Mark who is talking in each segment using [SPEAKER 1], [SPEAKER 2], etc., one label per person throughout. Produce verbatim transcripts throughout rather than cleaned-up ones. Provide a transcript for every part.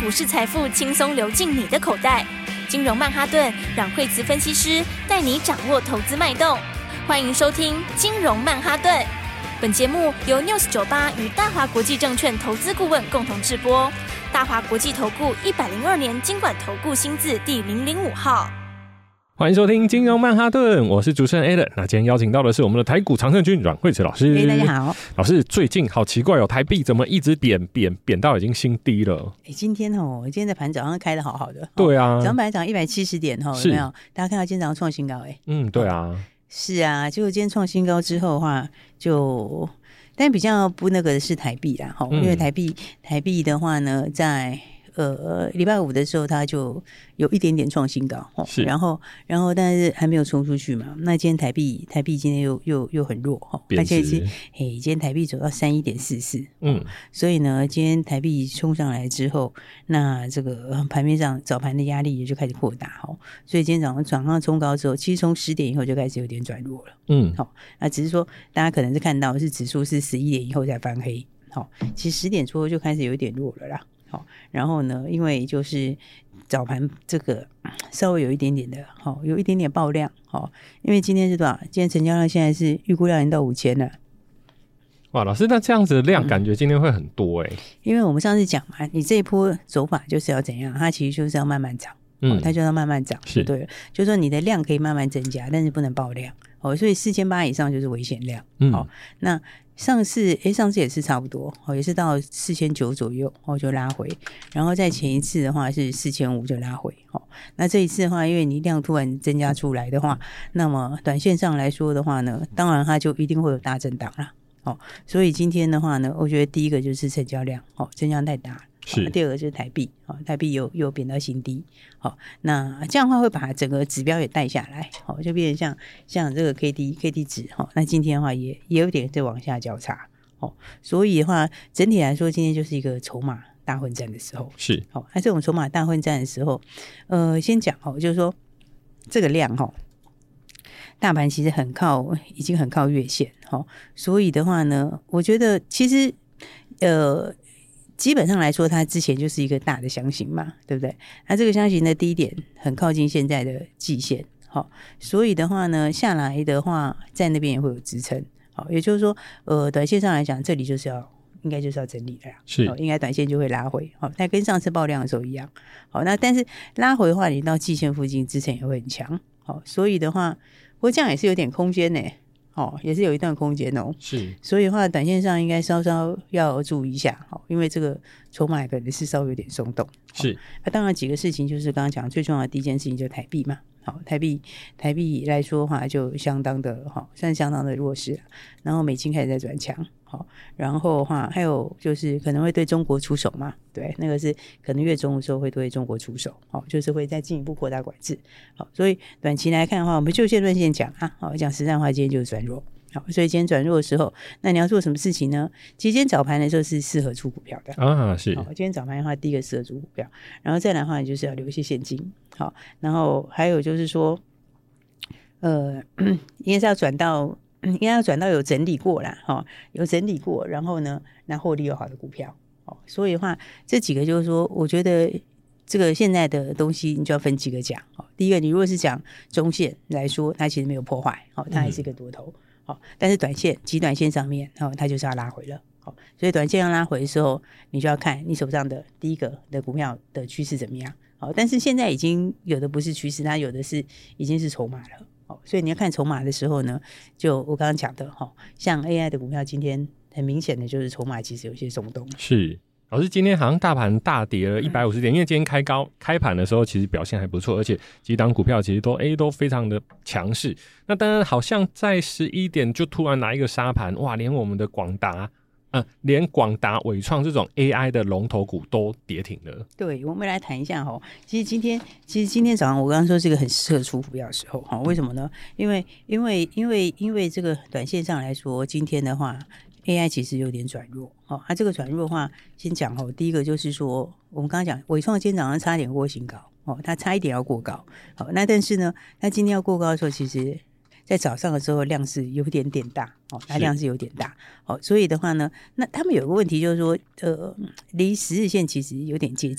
[SPEAKER 1] 股市财富轻松流进你的口袋。金融曼哈顿让惠慈分析师带你掌握投资脉动。欢迎收听金融曼哈顿。本节目由 News 九十八与大华国际证券投资顾问共同制播。大华国际投顾一百零二年金管投顾新字第零零五号。
[SPEAKER 2] 欢迎收听金融曼哈顿，我是主持人 Alan。那今天邀请到的是我们的台股常胜军阮惠慈老师。
[SPEAKER 3] 欸、大家好，
[SPEAKER 2] 老师，最近好奇怪哦，台币怎么一直贬贬贬到已经新低了？
[SPEAKER 3] 欸、今天哦，今天的盘早上开的好好的。
[SPEAKER 2] 对啊，
[SPEAKER 3] 早上盘涨一百七十点哈，有没有？大家看到今天早上创新高哎、欸。
[SPEAKER 2] 嗯，对啊，
[SPEAKER 3] 是啊，结果今天创新高之后的话，就但比较不那个的是台币啦哈、嗯，因为台币台币的话呢，在呃礼拜五的时候，它就有一点点创新高，是，然后然后但是还没有冲出去嘛。那今天台币台币今天又又又很弱哈，而且是嘿，今天台币走到三一点四四，嗯，所以呢，今天台币冲上来之后，那这个盘面上早盘的压力也就开始扩大哈，所以今天早上早上冲高之后，其实从十点以后就开始有点转弱了，嗯，好，那只是说大家可能是看到是指数是十一点以后才翻黑，好，其实十点之后就开始有一点弱了啦。好，然后呢，因为就是早盘这个稍微有一点点的，好，有一点点爆量，好，因为今天是多少？今天成交量现在是预估量已经到五千了。
[SPEAKER 2] 哇，老师，那这样子的量感觉今天会很多哎、欸嗯。
[SPEAKER 3] 因为我们上次讲嘛，你这一波走法就是要怎样？它其实就是要慢慢涨，嗯，它就要慢慢涨，是对了。就是说你的量可以慢慢增加，但是不能爆量，哦，所以四千八以上就是危险量，嗯，好，那。上次诶，上次也是差不多，哦，也是到四千九左右，哦，就拉回，然后在前一次的话是四千五就拉回，哦，那这一次的话，因为你量突然增加出来的话，那么短线上来说的话呢，当然它就一定会有大震荡啦，哦，所以今天的话呢，我觉得第一个就是成交量，哦，成交量太大。是，第二个就是台币，哦，台币又又贬到新低，好，那这样的话会把整个指标也带下来，好，就变成像像这个 K D K D 值，哈，那今天的话也也有点在往下交叉，哦，所以的话整体来说，今天就是一个筹码大混战的时候，是，好，那这种筹码大混战的时候，呃，先讲哦，就是说这个量哈，大盘其实很靠，已经很靠月线，哈，所以的话呢，我觉得其实呃。基本上来说，它之前就是一个大的箱型嘛，对不对？那这个箱型的低点很靠近现在的季线，好，所以的话呢，下来的话，在那边也会有支撑，好，也就是说，呃，短线上来讲，这里就是要应该就是要整理的啦，是，应该短线就会拉回，好，那跟上次爆量的时候一样，好，那但是拉回的话，你到季线附近支撑也会很强，好，所以的话，不过这样也是有点空间呢、欸。哦，也是有一段空间哦，是，所以的话，短线上应该稍稍要注意一下，哦，因为这个筹码可能是稍微有点松动，是。那、啊、当然几个事情就是刚刚讲最重要的第一件事情就是台币嘛，好，台币台币来说的话就相当的好，算相当的弱势，然后美金开始在转强，好，然后的话还有就是可能会对中国出手嘛，对，那个是可能月中的时候会对中国出手，好，就是会再进一步扩大管制，好，所以短期来看的话，我们就线论线讲啊，好，讲实战话，今天就是转弱。好，所以今天转弱的时候，那你要做什么事情呢？其实今天早盘的时候是适合出股票的啊，是。好，今天早盘的话，第一个适合出股票，然后再来的话，你就是要留一些现金。好，然后还有就是说，呃，应该是要转到，应该要转到有整理过啦，哈，有整理过，然后呢，那获利有好的股票。好，所以的话，这几个就是说，我觉得这个现在的东西，你就要分几个讲。好，第一个，你如果是讲中线来说，它其实没有破坏，好，它还是一个多头。嗯，好，但是短线极短线上面，哦，它就是要拉回了，好，所以短线要拉回的时候，你就要看你手上的第一个的股票的趋势怎么样，好，但是现在已经有的不是趋势，它有的是已经是筹码了，好，所以你要看筹码的时候呢，就我刚刚讲的，哈，像 A I 的股票，今天很明显的就是筹码其实有些松动，
[SPEAKER 2] 是。老师，今天好像大盘大跌了一百五十点，因为今天开高开盘的时候其实表现还不错，而且几档股票其实都 A 都非常的强势。那当然好像在十一点就突然来一个杀盘，哇，连我们的广达呃，连广达、伟创这种 A I 的龙头股都跌停了。
[SPEAKER 3] 对，我们来谈一下哈。其实今天，其实今天早上我刚刚说是一个很适合出股票的时候哈。为什么呢？因为因为因为因为这个短线上来说，今天的话 A I 其实有点转弱。哦，它、啊、这个转弱的话，先讲哦。第一个就是说，我们刚刚讲伟创今天早上差点过新高哦，它差一点要过高。好，那但是呢，它今天要过高的时候，其实在早上的时候量是有点点大哦，它量是有点大哦，所以的话呢，那他们有个问题就是说，呃，离十日线其实有点接近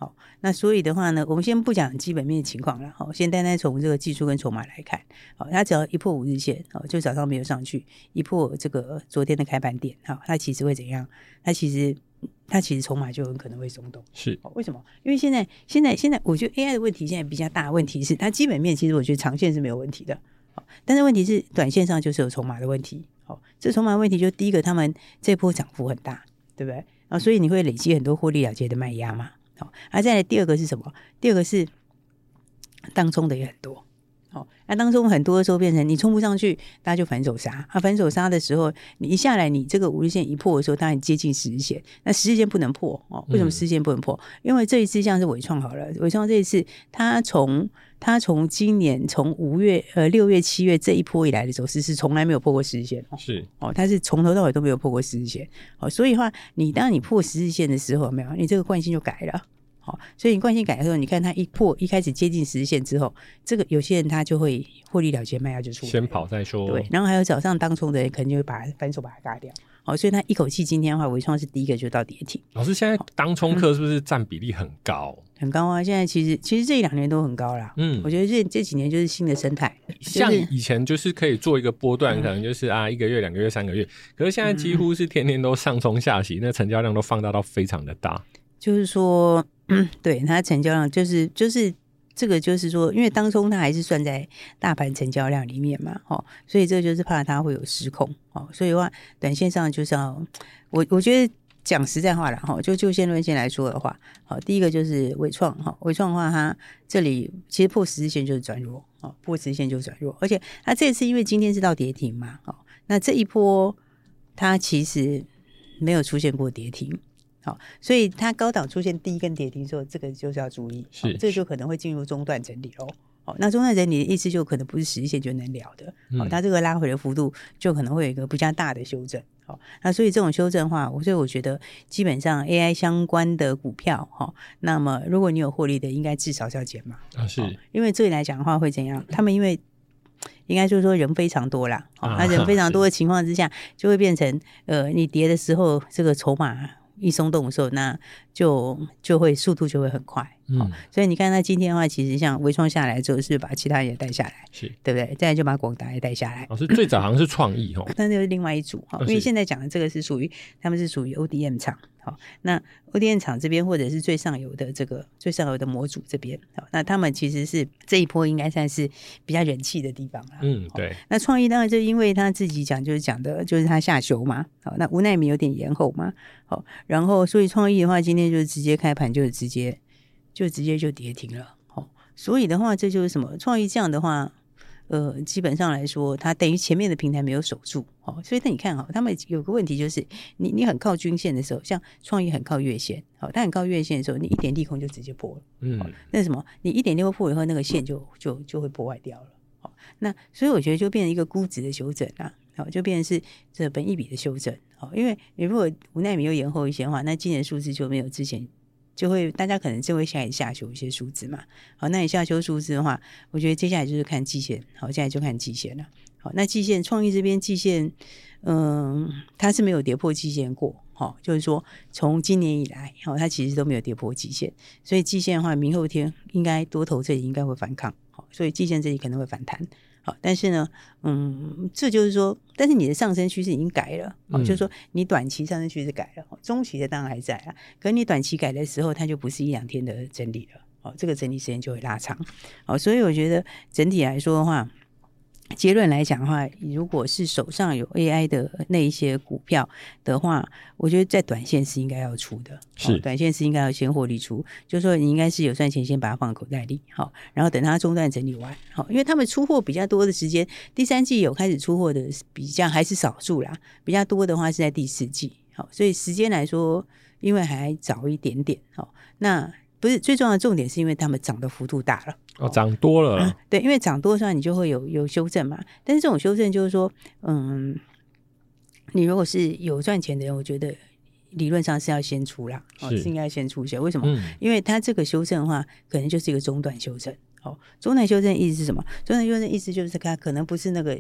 [SPEAKER 3] 好，那所以的话呢，我们先不讲基本面的情况了，好，先单单从这个技术跟筹码来看，好，它只要一破五日线，好，就早上没有上去，一破这个昨天的开盘点，好，它其实会怎样？它其实它其实筹码就很可能会松动，
[SPEAKER 2] 是，
[SPEAKER 3] 为什么？因为现在现在现在，我觉得 A I 的问题现在比较大的问题是，它基本面其实我觉得长线是没有问题的，好，但是问题是短线上就是有筹码的问题，好，这筹码的问题就第一个，他们这波涨幅很大，对不对？啊，所以你会累积很多获利了结的卖压嘛。好，啊，再来第二个是什么？第二个是当冲的也很多。好，那当中很多的时候变成你冲不上去，大家就反手杀。啊，反手杀的时候，你一下来，你这个五日线一破的时候，它很接近十日线，那十日线不能破哦。为什么十日线不能破？嗯、因为这一次像是伟创好了，伟创这一次它从它从今年从五月呃六月七月这一波以来的走势是从来没有破过十日线哦。
[SPEAKER 2] 是
[SPEAKER 3] 哦，它是从头到尾都没有破过十日线。哦，所以的话，你当你破十日线的时候，有没有你这个惯性就改了。好，所以你惯性改的时候，你看它一破一开始接近十日线之后，这个有些人他就会获利了结卖压就出来，
[SPEAKER 2] 先跑再说。
[SPEAKER 3] 对，然后还有早上当冲的人可能就会把反手把它嘎掉。好，所以他一口气今天的话，伟创是第一个就到跌停。
[SPEAKER 2] 老师，现在当冲客是不是占比例很高？
[SPEAKER 3] 嗯、很高啊！现在其实其实这一两年都很高啦。嗯，我觉得这这几年就是新的生态。
[SPEAKER 2] 像以前就是可以做一个波段，嗯、可能就是啊一个月、两个月、三个月，可是现在几乎是天天都上冲下洗，嗯、那成交量都放大到非常的大。
[SPEAKER 3] 就是说，嗯，对，它成交量就是就是这个，就是说，因为当冲它还是算在大盘成交量里面嘛，哦，所以这个就是怕它会有失控，哦，所以的话，短线上就是要，我我觉得讲实在话啦，哈，就就线论线来说的话，好，第一个就是伟创，哈，伟创的话，它这里其实破十日线就是转弱，哦，破十日线就是转弱，而且它这次因为今天是到跌停嘛，哦，那这一波它其实没有出现过跌停。好，所以它高档出现第一根跌停之后，这个就是要注意，是这个就可能会进入中段整理咯。好，那中段整理的意思就可能不是十日线就能了的，好，它这个拉回的幅度就可能会有一个比较大的修正。好，那所以这种修正的话，所以我觉得基本上 A I 相关的股票，哈，那么如果你有获利的，应该至少是要减码啊，是因为这里来讲的话会怎样？他们因为应该就是说人非常多啦，好，那人非常多的情况之下，就会变成呃，你跌的时候这个筹码一松动的时候，那就就会速度就会很快，嗯，所以你看它今天的话，其实像微创下来之后，是把其他也带下来，是对不对？再来就把广达也带下来。
[SPEAKER 2] 老师最早好像是创意哦，
[SPEAKER 3] 但是另外一组哈，因为现在讲的这个是属于他们是属于 O D M 厂，好，那 O D M 厂这边或者是最上游的这个最上游的模组这边，好，那他们其实是这一波应该算是比较人气的地方啦。
[SPEAKER 2] 嗯，对。
[SPEAKER 3] 那创意当然就因为他自己讲就是讲的就是他下修嘛，好，那无奈米有点延后嘛，好，然后所以创意的话，今天就直接开盘就直接就直接就跌停了，好，所以的话这就是什么创意这样的话。呃，基本上来说，它等于前面的平台没有守住，哦，所以那你看哈，他们有个问题就是，你你很靠均线的时候，像创意很靠月线，好，它很靠月线的时候，你一点利空就直接破了，嗯，那什么，你一点利空破以后，那个线就就就会破坏掉了，好，那所以我觉得就变成一个估值的修正啊，好，就变成是这本益比的修正，好，因为你如果无奈米又延后一些的话，那今年数字就没有之前。就会大家可能就会下下修一些数字嘛，好，那你下修数字的话，我觉得接下来就是看季线，好，现在就看季线了，好，那季线创意这边季线，嗯，它是没有跌破季线过，好，就是说从今年以来，好，它其实都没有跌破季线，所以季线的话，明后天应该多头这里应该会反抗，好，所以季线这里可能会反弹。好，但是呢，嗯，这就是说，但是你的上升趋势已经改了，嗯、就是说你短期上升趋势改了，中期的当然还在啊，可是你短期改的时候，它就不是一两天的整理了，哦，这个整理时间就会拉长，哦，所以我觉得整体来说的话。结论来讲的话，如果是手上有 A I 的那一些股票的话，我觉得在短线是应该要出的，是、哦、短线是应该要先获利出，就是说你应该是有赚钱先把它放口袋里，好，然后等它中段整理完，好，因为他们出货比较多的时间，第三季有开始出货的比较还是少数啦，比较多的话是在第四季，好，所以时间来说，因为还早一点点，好，那不是最重要的重点是因为他们涨的幅度大了。
[SPEAKER 2] 哦，涨多了、
[SPEAKER 3] 嗯，对，因为涨多的话，你就会有有修正嘛。但是这种修正就是说，嗯，你如果是有赚钱的人，我觉得理论上是要先出啦，哦，是应该先出现。为什么？嗯、因为它这个修正的话，可能就是一个中段修正。哦，中段修正意思是什么？中段修正意思就是它可能不是那个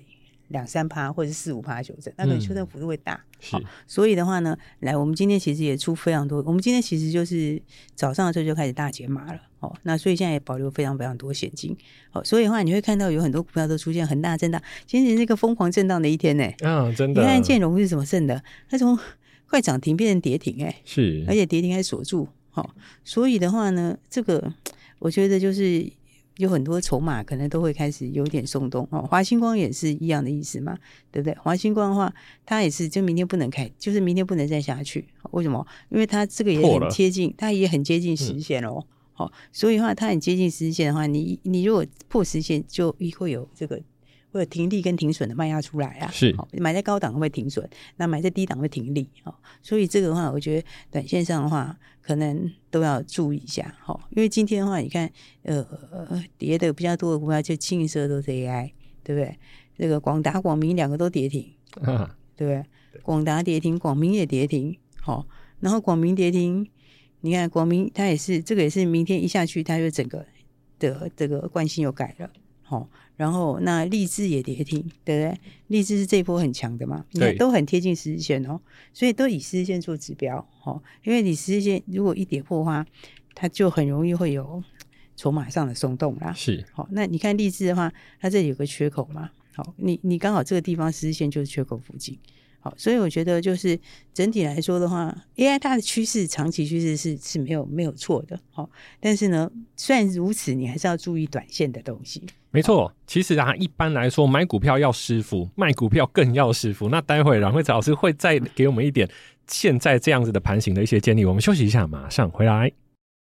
[SPEAKER 3] 两三趴或者是四五趴修正，那个修正幅度会大。
[SPEAKER 2] 是、
[SPEAKER 3] 嗯，所以的话呢，来我们今天其实也出非常多，我们今天其实就是早上的时候就开始大减码了。哦，那所以现在也保留非常非常多现金。哦，所以的话你会看到有很多股票都出现很大震荡，今天是那个疯狂震荡的一天呢。
[SPEAKER 2] 嗯，真的。
[SPEAKER 3] 你看建融是怎么剩的？它从快涨停变成跌停，哎，
[SPEAKER 2] 是，
[SPEAKER 3] 而且跌停还锁住。哦，所以的话呢，这个我觉得就是有很多筹码可能都会开始有点松动。哦，华星光也是一样的意思嘛，对不对？华星光的话，它也是就明天不能开，就是明天不能再下去。为什么？因为它这个也很接近，它也很接近实线哦。好、嗯哦，所以的话，它很接近实线的话，你你如果破实线，就会有这个会有停利跟停损的卖压出来啊。
[SPEAKER 2] 是，
[SPEAKER 3] 哦、买在高档会停损，那买在低档会停利。哦，所以这个的话，我觉得短线上的话，可能都要注意一下。好、哦，因为今天的话，你看，呃，跌的比较多的股票，就清一色都是 A I， 对不对？这个广达、广明两个都跌停，啊、对不对？广达跌停，广明也跌停。好、哦，然后广明跌停。你看广明它也是这个也是明天一下去它就整个的这个惯性又改了。哦，然后那励志也跌停，对不对？励志是这一波很强的嘛，你看都很贴近十日线哦，所以都以十日线做指标。哦，因为你十日线如果一跌破的话，它就很容易会有筹码上的松动啦。
[SPEAKER 2] 是，
[SPEAKER 3] 好、哦，那你看励志的话，它这里有个缺口嘛，好、哦，你你刚好这个地方十日线就是缺口附近。好，所以我觉得就是整体来说的话 ，A I 它的趋势长期趋势是是没有没有错的。好，但是呢，虽然如此，你还是要注意短线的东西。
[SPEAKER 2] 没错，其实啊，一般来说买股票要师傅，卖股票更要师傅。那待会阮惠慈老师会再给我们一点现在这样子的盘型的一些建议。我们休息一下，马上回来。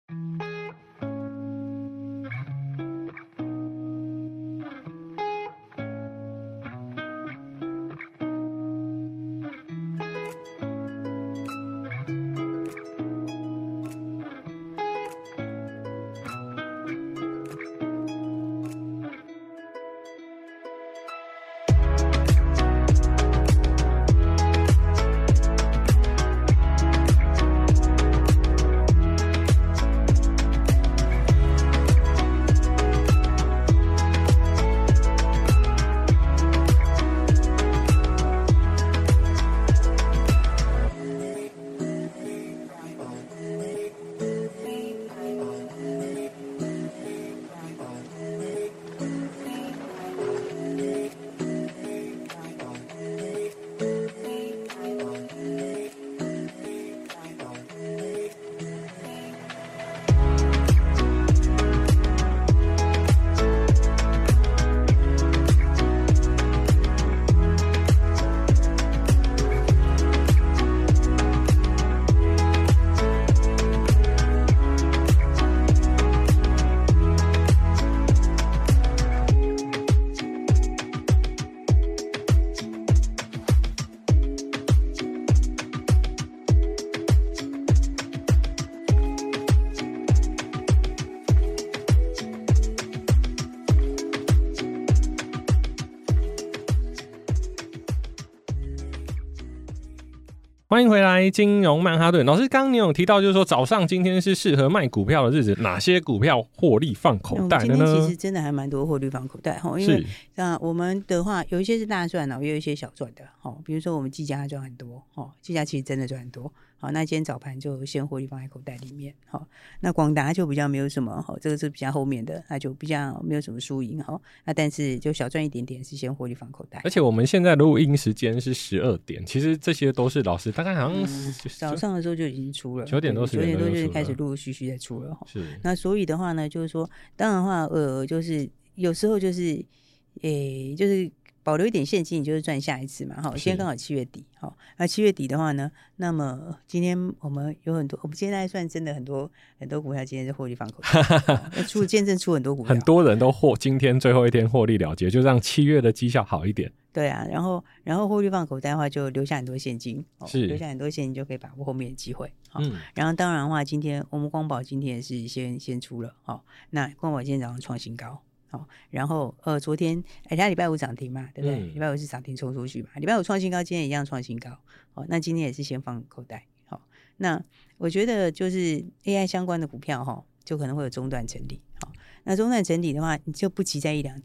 [SPEAKER 2] 欢迎回来金融曼哈顿。老师刚刚你有提到就是说早上今天是适合卖股票的日子，哪些股票获利放口袋的呢？
[SPEAKER 3] 今天其实真的还蛮多获利放口袋，因为那我们的话有一些是大赚的，也有一些小赚的，比如说我们技嘉赚很多，技嘉其实真的赚很多，好，那今天早盘就先获利放在口袋里面。好，那广达就比较没有什么，好，这个是比较后面的，那就比较没有什么输赢，好，那但是就小赚一点点，是先获利放口袋。
[SPEAKER 2] 而且我们现在录音时间是十二点，其实这些都是老师大概好像、嗯、
[SPEAKER 3] 早上的时候就已经出了，
[SPEAKER 2] 九点多
[SPEAKER 3] 九点多就开始陆陆续续在出了。
[SPEAKER 2] 是，
[SPEAKER 3] 那所以的话呢，就是说，当然的话，呃，就是有时候就是，诶，就是保留一点现金，你就是赚下一次嘛。好，现在刚好七月底，好，那七月底的话呢，那么今天我们有很多，我们现在算真的很多很多股票今天是获利放口袋，出见证出很多股票，
[SPEAKER 2] 很多人都获今天最后一天获利了结，就让七月的绩效好一点。
[SPEAKER 3] 对啊，然后然后获利放口袋的话，就留下很多现金，哦、
[SPEAKER 2] 是
[SPEAKER 3] 留下很多现金就可以把握后面的机会。嗯，然后当然的话，今天我们光宝今天也是先先出了，哦，那光宝今天早上创新高。好，然后呃，昨天哎，它礼拜五涨停嘛，对不对？礼、嗯、拜五是涨停冲出去嘛，礼拜五创新高，今天一样创新高。好，那今天也是先放口袋。好，那我觉得就是 A I 相关的股票哈，就可能会有中段整理。好，那中段整理的话，你就不急在一两天。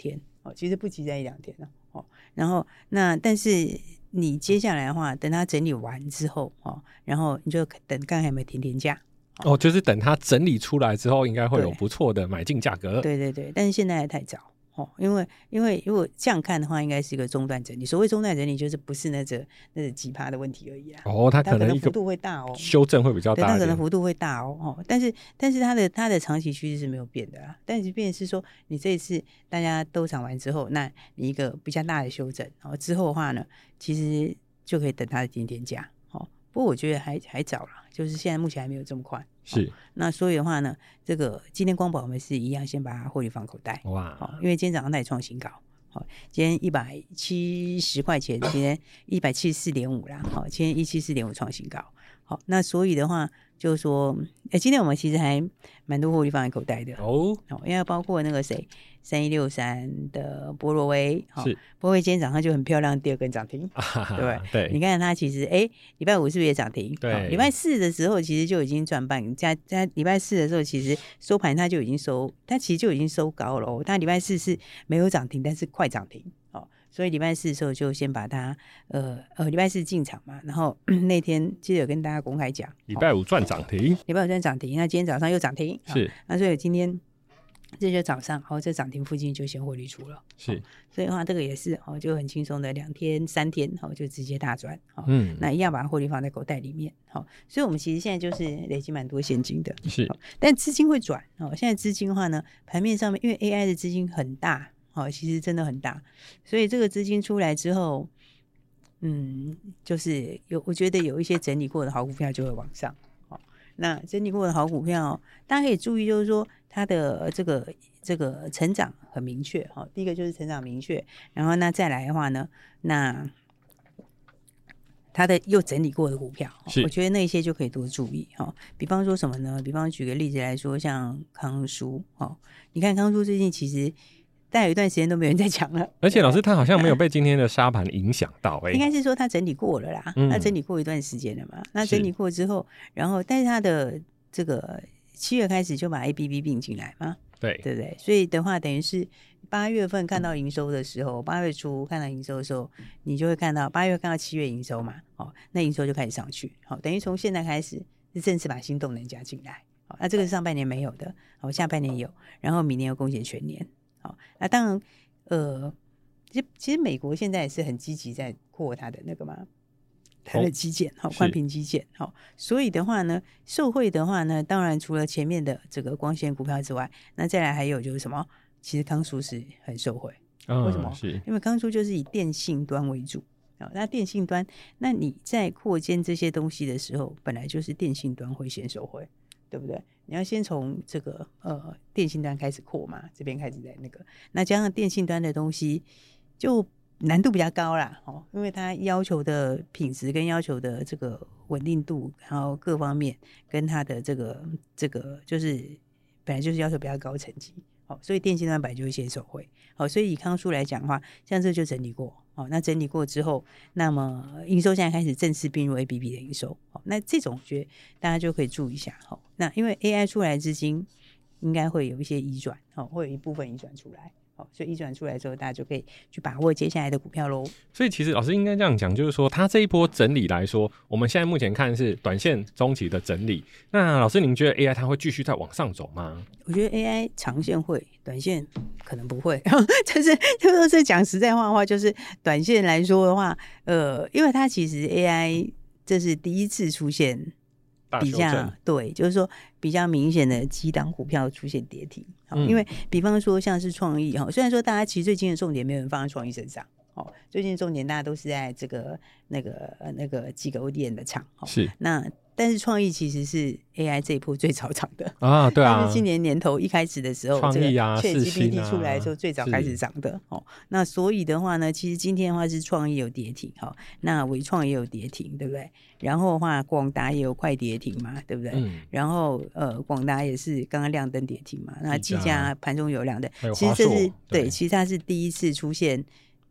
[SPEAKER 3] 哦，其实不急在一两天哦。然后那但是你接下来的话，等它整理完之后哦，然后你就等看看有没有甜甜价。
[SPEAKER 2] 哦，就是等它整理出来之后，应该会有不错的买进价格。
[SPEAKER 3] 对对对，但是现在还太早。哦，因为因为如果这样看的话，应该是一个中段整理。所谓中段整理，就是不是那这那几趴的问题而已啊。
[SPEAKER 2] 哦，它可能
[SPEAKER 3] 一个幅度会大哦，
[SPEAKER 2] 修正会比较大一点，
[SPEAKER 3] 它可能幅度会大哦。哦，但是但是它的它的长期趋势是没有变的啊。但是变成是说，你这一次大家都涨完之后，那你一个比较大的修正，然后之后的话呢，其实就可以等它的点点价。哦，不过我觉得还还早了，就是现在目前还没有这么快。
[SPEAKER 2] 是、
[SPEAKER 3] 哦，那所以的话呢，这个今天光宝我们是一样先把它获利放口袋。哇，哦，因为今天早上它也创新高，好、哦，今天一百七十块钱，今天一百七十四点五啦，好、哦，今天一七四点五创新高，好、哦，那所以的话就是说，哎，今天我们其实还蛮多获利放在口袋的哦，哦，因为包括那个谁。三一六三的波罗威，是波罗威今天早上就很漂亮，第二根涨停，啊、对不对？
[SPEAKER 2] 对，
[SPEAKER 3] 你看它其实，哎，礼拜五是不是也涨停？对，礼拜四的时候其实就已经赚半，加加礼拜四的时候，其实收盘它就已经收，它其实就已经收高了、哦。它礼拜四是没有涨停，但是快涨停哦，所以礼拜四的时候就先把它，呃呃，礼拜四进场嘛，然后那天记得有跟大家公开讲，
[SPEAKER 2] 礼拜五赚涨停，
[SPEAKER 3] 礼拜五赚涨停，那今天早上又涨停，
[SPEAKER 2] 是，
[SPEAKER 3] 那所以今天。这就早上，哦，这涨停附近就先获利出了，
[SPEAKER 2] 是，
[SPEAKER 3] 哦、所以的话，这个也是哦，就很轻松的两天、三天，哦，就直接大赚，哦，嗯，那一样把获利放在口袋里面，哦，所以我们其实现在就是累积蛮多现金的，
[SPEAKER 2] 是，
[SPEAKER 3] 哦、但资金会转，哦，现在资金的话呢，盘面上面因为 A I 的资金很大，哦，其实真的很大，所以这个资金出来之后，嗯，就是有，我觉得有一些整理过的好股票就会往上。那整理过的好股票，大家可以注意，就是说它的这个这个成长很明确哈。第一个就是成长明确，然后那再来的话呢，那它的又整理过的股票，我觉得那些就可以多注意哈。比方说什么呢？比方举个例子来说，像康舒哦，你看康舒最近其实。但有一段时间都没有人在讲了，
[SPEAKER 2] 而且老师他好像没有被今天的沙盘影响到、欸，
[SPEAKER 3] 应该是说他整理过了啦，嗯、他整理过一段时间了嘛。那整理过之后，然后但是他的这个七月开始就把 A B B 并进来嘛，
[SPEAKER 2] 对
[SPEAKER 3] 对不对？所以的话，等于是八月份看到营收的时候，八月初看到营收的时候，你就会看到八月看到七月营收嘛，哦，那营收就开始上去，好，等于从现在开始是正式把新动能加进来，好，那这个是上半年没有的，好，下半年有，然后明年又贡献全年。好，那当然，呃，其实其实美国现在也是很积极在扩它的那个嘛，它的基建，好、哦，宽频基建，好、哦，所以的话呢，受惠的话呢，当然除了前面的这个光纤股票之外，那再来还有就是什么？其实康舒是很受惠，嗯、为什么？是因为康舒就是以电信端为主。哦、那电信端，那你在扩建这些东西的时候，本来就是电信端会先受惠。对不对？你要先从这个呃电信端开始扩嘛，这边开始在那个，那加上电信端的东西就难度比较高啦，哦，因为它要求的品质跟要求的这个稳定度，然后各方面跟它的这个这个就是本来就是要求比较高层级，好、哦，所以电信端本来就会先受惠，好、哦，所以以康舒来讲的话，像这就整理过。哦，那整理过之后，那么营收现在开始正式并入 A B B 的营收，哦，那这种我觉得大家就可以注意一下，哦，那因为 A I 出来的资金应该会有一些移转，哦，会有一部分移转出来，哦，所以移转出来之后，大家就可以去把握接下来的股票咯。
[SPEAKER 2] 所以其实老师应该这样讲，就是说它这一波整理来说，我们现在目前看是短线中期的整理。那老师您觉得 A I 它会继续再往上走吗？
[SPEAKER 3] 我觉得 A I 长线会，短线可能不会。就是就是讲实在话的话，就是短线来说的话，呃，因为它其实 A I 这是第一次出现比较对，就是说比较明显的几档股票出现跌停。嗯、因为比方说像是创意哈，虽然说大家其实最近的重点没有人放在创意身上。哦，最近重点大家都是在这个那个那个几个 O D M 的厂，哦、是那但是创意其实是 A I 这一波最早涨的啊，对啊，是今年年头一开始的时候，创意啊，这个 ChatGPT 出来的时候最早开始涨的哦。那所以的话呢，其实今天的话是创意有跌停，哈、哦，那伟创也有跌停，对不对？然后的话，广达也有快跌停嘛，对不对？嗯、然后呃，广达也是刚刚亮灯跌停嘛，那技嘉盘中有亮灯，其实这是 对, 对，其实它是第一次出现。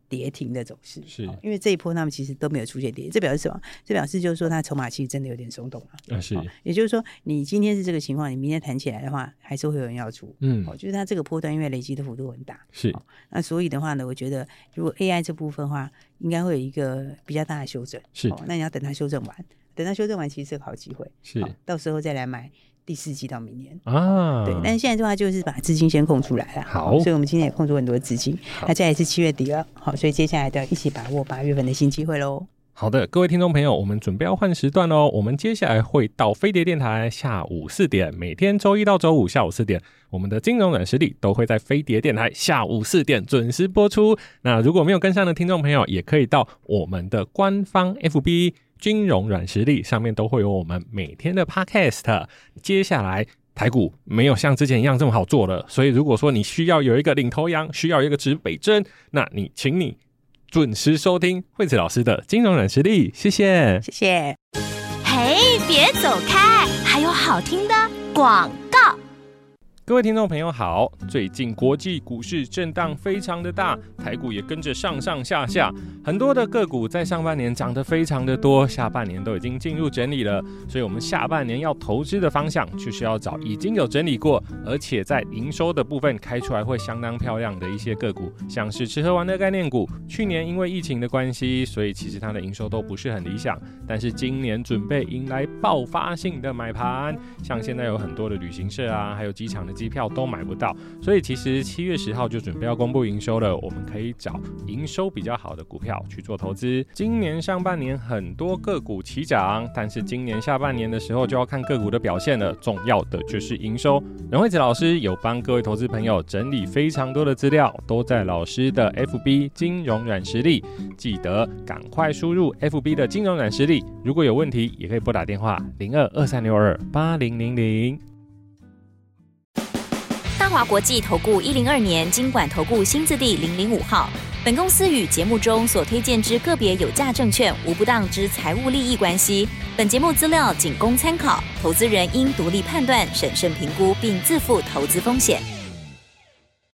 [SPEAKER 3] 跌停的走势，
[SPEAKER 2] 是
[SPEAKER 3] 因为这一波他们其实都没有出现跌，这表示什么？这表示就是说它筹码其实真的有点松动了、
[SPEAKER 2] 啊、是，
[SPEAKER 3] 也就是说你今天是这个情况，你明天弹起来的话，还是会有人要出，嗯，就是它这个波段因为累积的幅度很大，
[SPEAKER 2] 是，
[SPEAKER 3] 那所以的话呢，我觉得如果 A I 这部分的话，应该会有一个比较大的修正，
[SPEAKER 2] 是，
[SPEAKER 3] 那你要等它修正完，等它修正完其实是个好机会，
[SPEAKER 2] 是，
[SPEAKER 3] 到时候再来买。第四季到明年
[SPEAKER 2] 啊，
[SPEAKER 3] 对，但是现在的话就是把资金先空出来了，
[SPEAKER 2] 好，
[SPEAKER 3] 所以我们今天也空出很多资金，那再来是七月底了，好，所以接下来都要一起把握八月份的新机会喽。
[SPEAKER 2] 好的，各位听众朋友，我们准备要换时段喽。我们接下来会到飞碟电台下午四点，每天周一到周五下午四点，我们的金融软实力都会在飞碟电台下午四点准时播出。那如果没有跟上的听众朋友，也可以到我们的官方 F B。金融软实力上面都会有我们每天的 podcast。 接下来台股没有像之前一样这么好做了，所以如果说你需要有一个领头羊，需要一个指北针，那你请你准时收听惠慈老师的金融软实力。谢谢，
[SPEAKER 3] 谢谢。
[SPEAKER 1] 嘿，别走开，还有好听的广告。
[SPEAKER 2] 各位听众朋友好，最近国际股市震荡非常的大，台股也跟着上上下下，很多的个股在上半年涨得非常的多，下半年都已经进入整理了，所以我们下半年要投资的方向就是要找已经有整理过，而且在营收的部分开出来会相当漂亮的一些个股，像是吃喝玩乐概念股，去年因为疫情的关系，所以其实它的营收都不是很理想，但是今年准备迎来爆发性的买盘，像现在有很多的旅行社啊，还有机场的机票都买不到，所以其实七月十号就准备要公布营收了，我们可以找营收比较好的股票去做投资。今年上半年很多个股齐涨，但是今年下半年的时候就要看个股的表现了，重要的就是营收。任惠慈老师有帮各位投资朋友整理非常多的资料，都在老师的 F B 金融软实力，记得赶快输入 F B 的金融软实力，如果有问题也可以拨打电话零二二三六二八零零零。
[SPEAKER 1] 大华国际投顾一零二年金管投顾新字第零零五号。本公司与节目中所推荐之个别有价证券无不当之财务利益关系。本节目资料仅供参考，投资人应独立判断、审慎评估，并自负投资风险。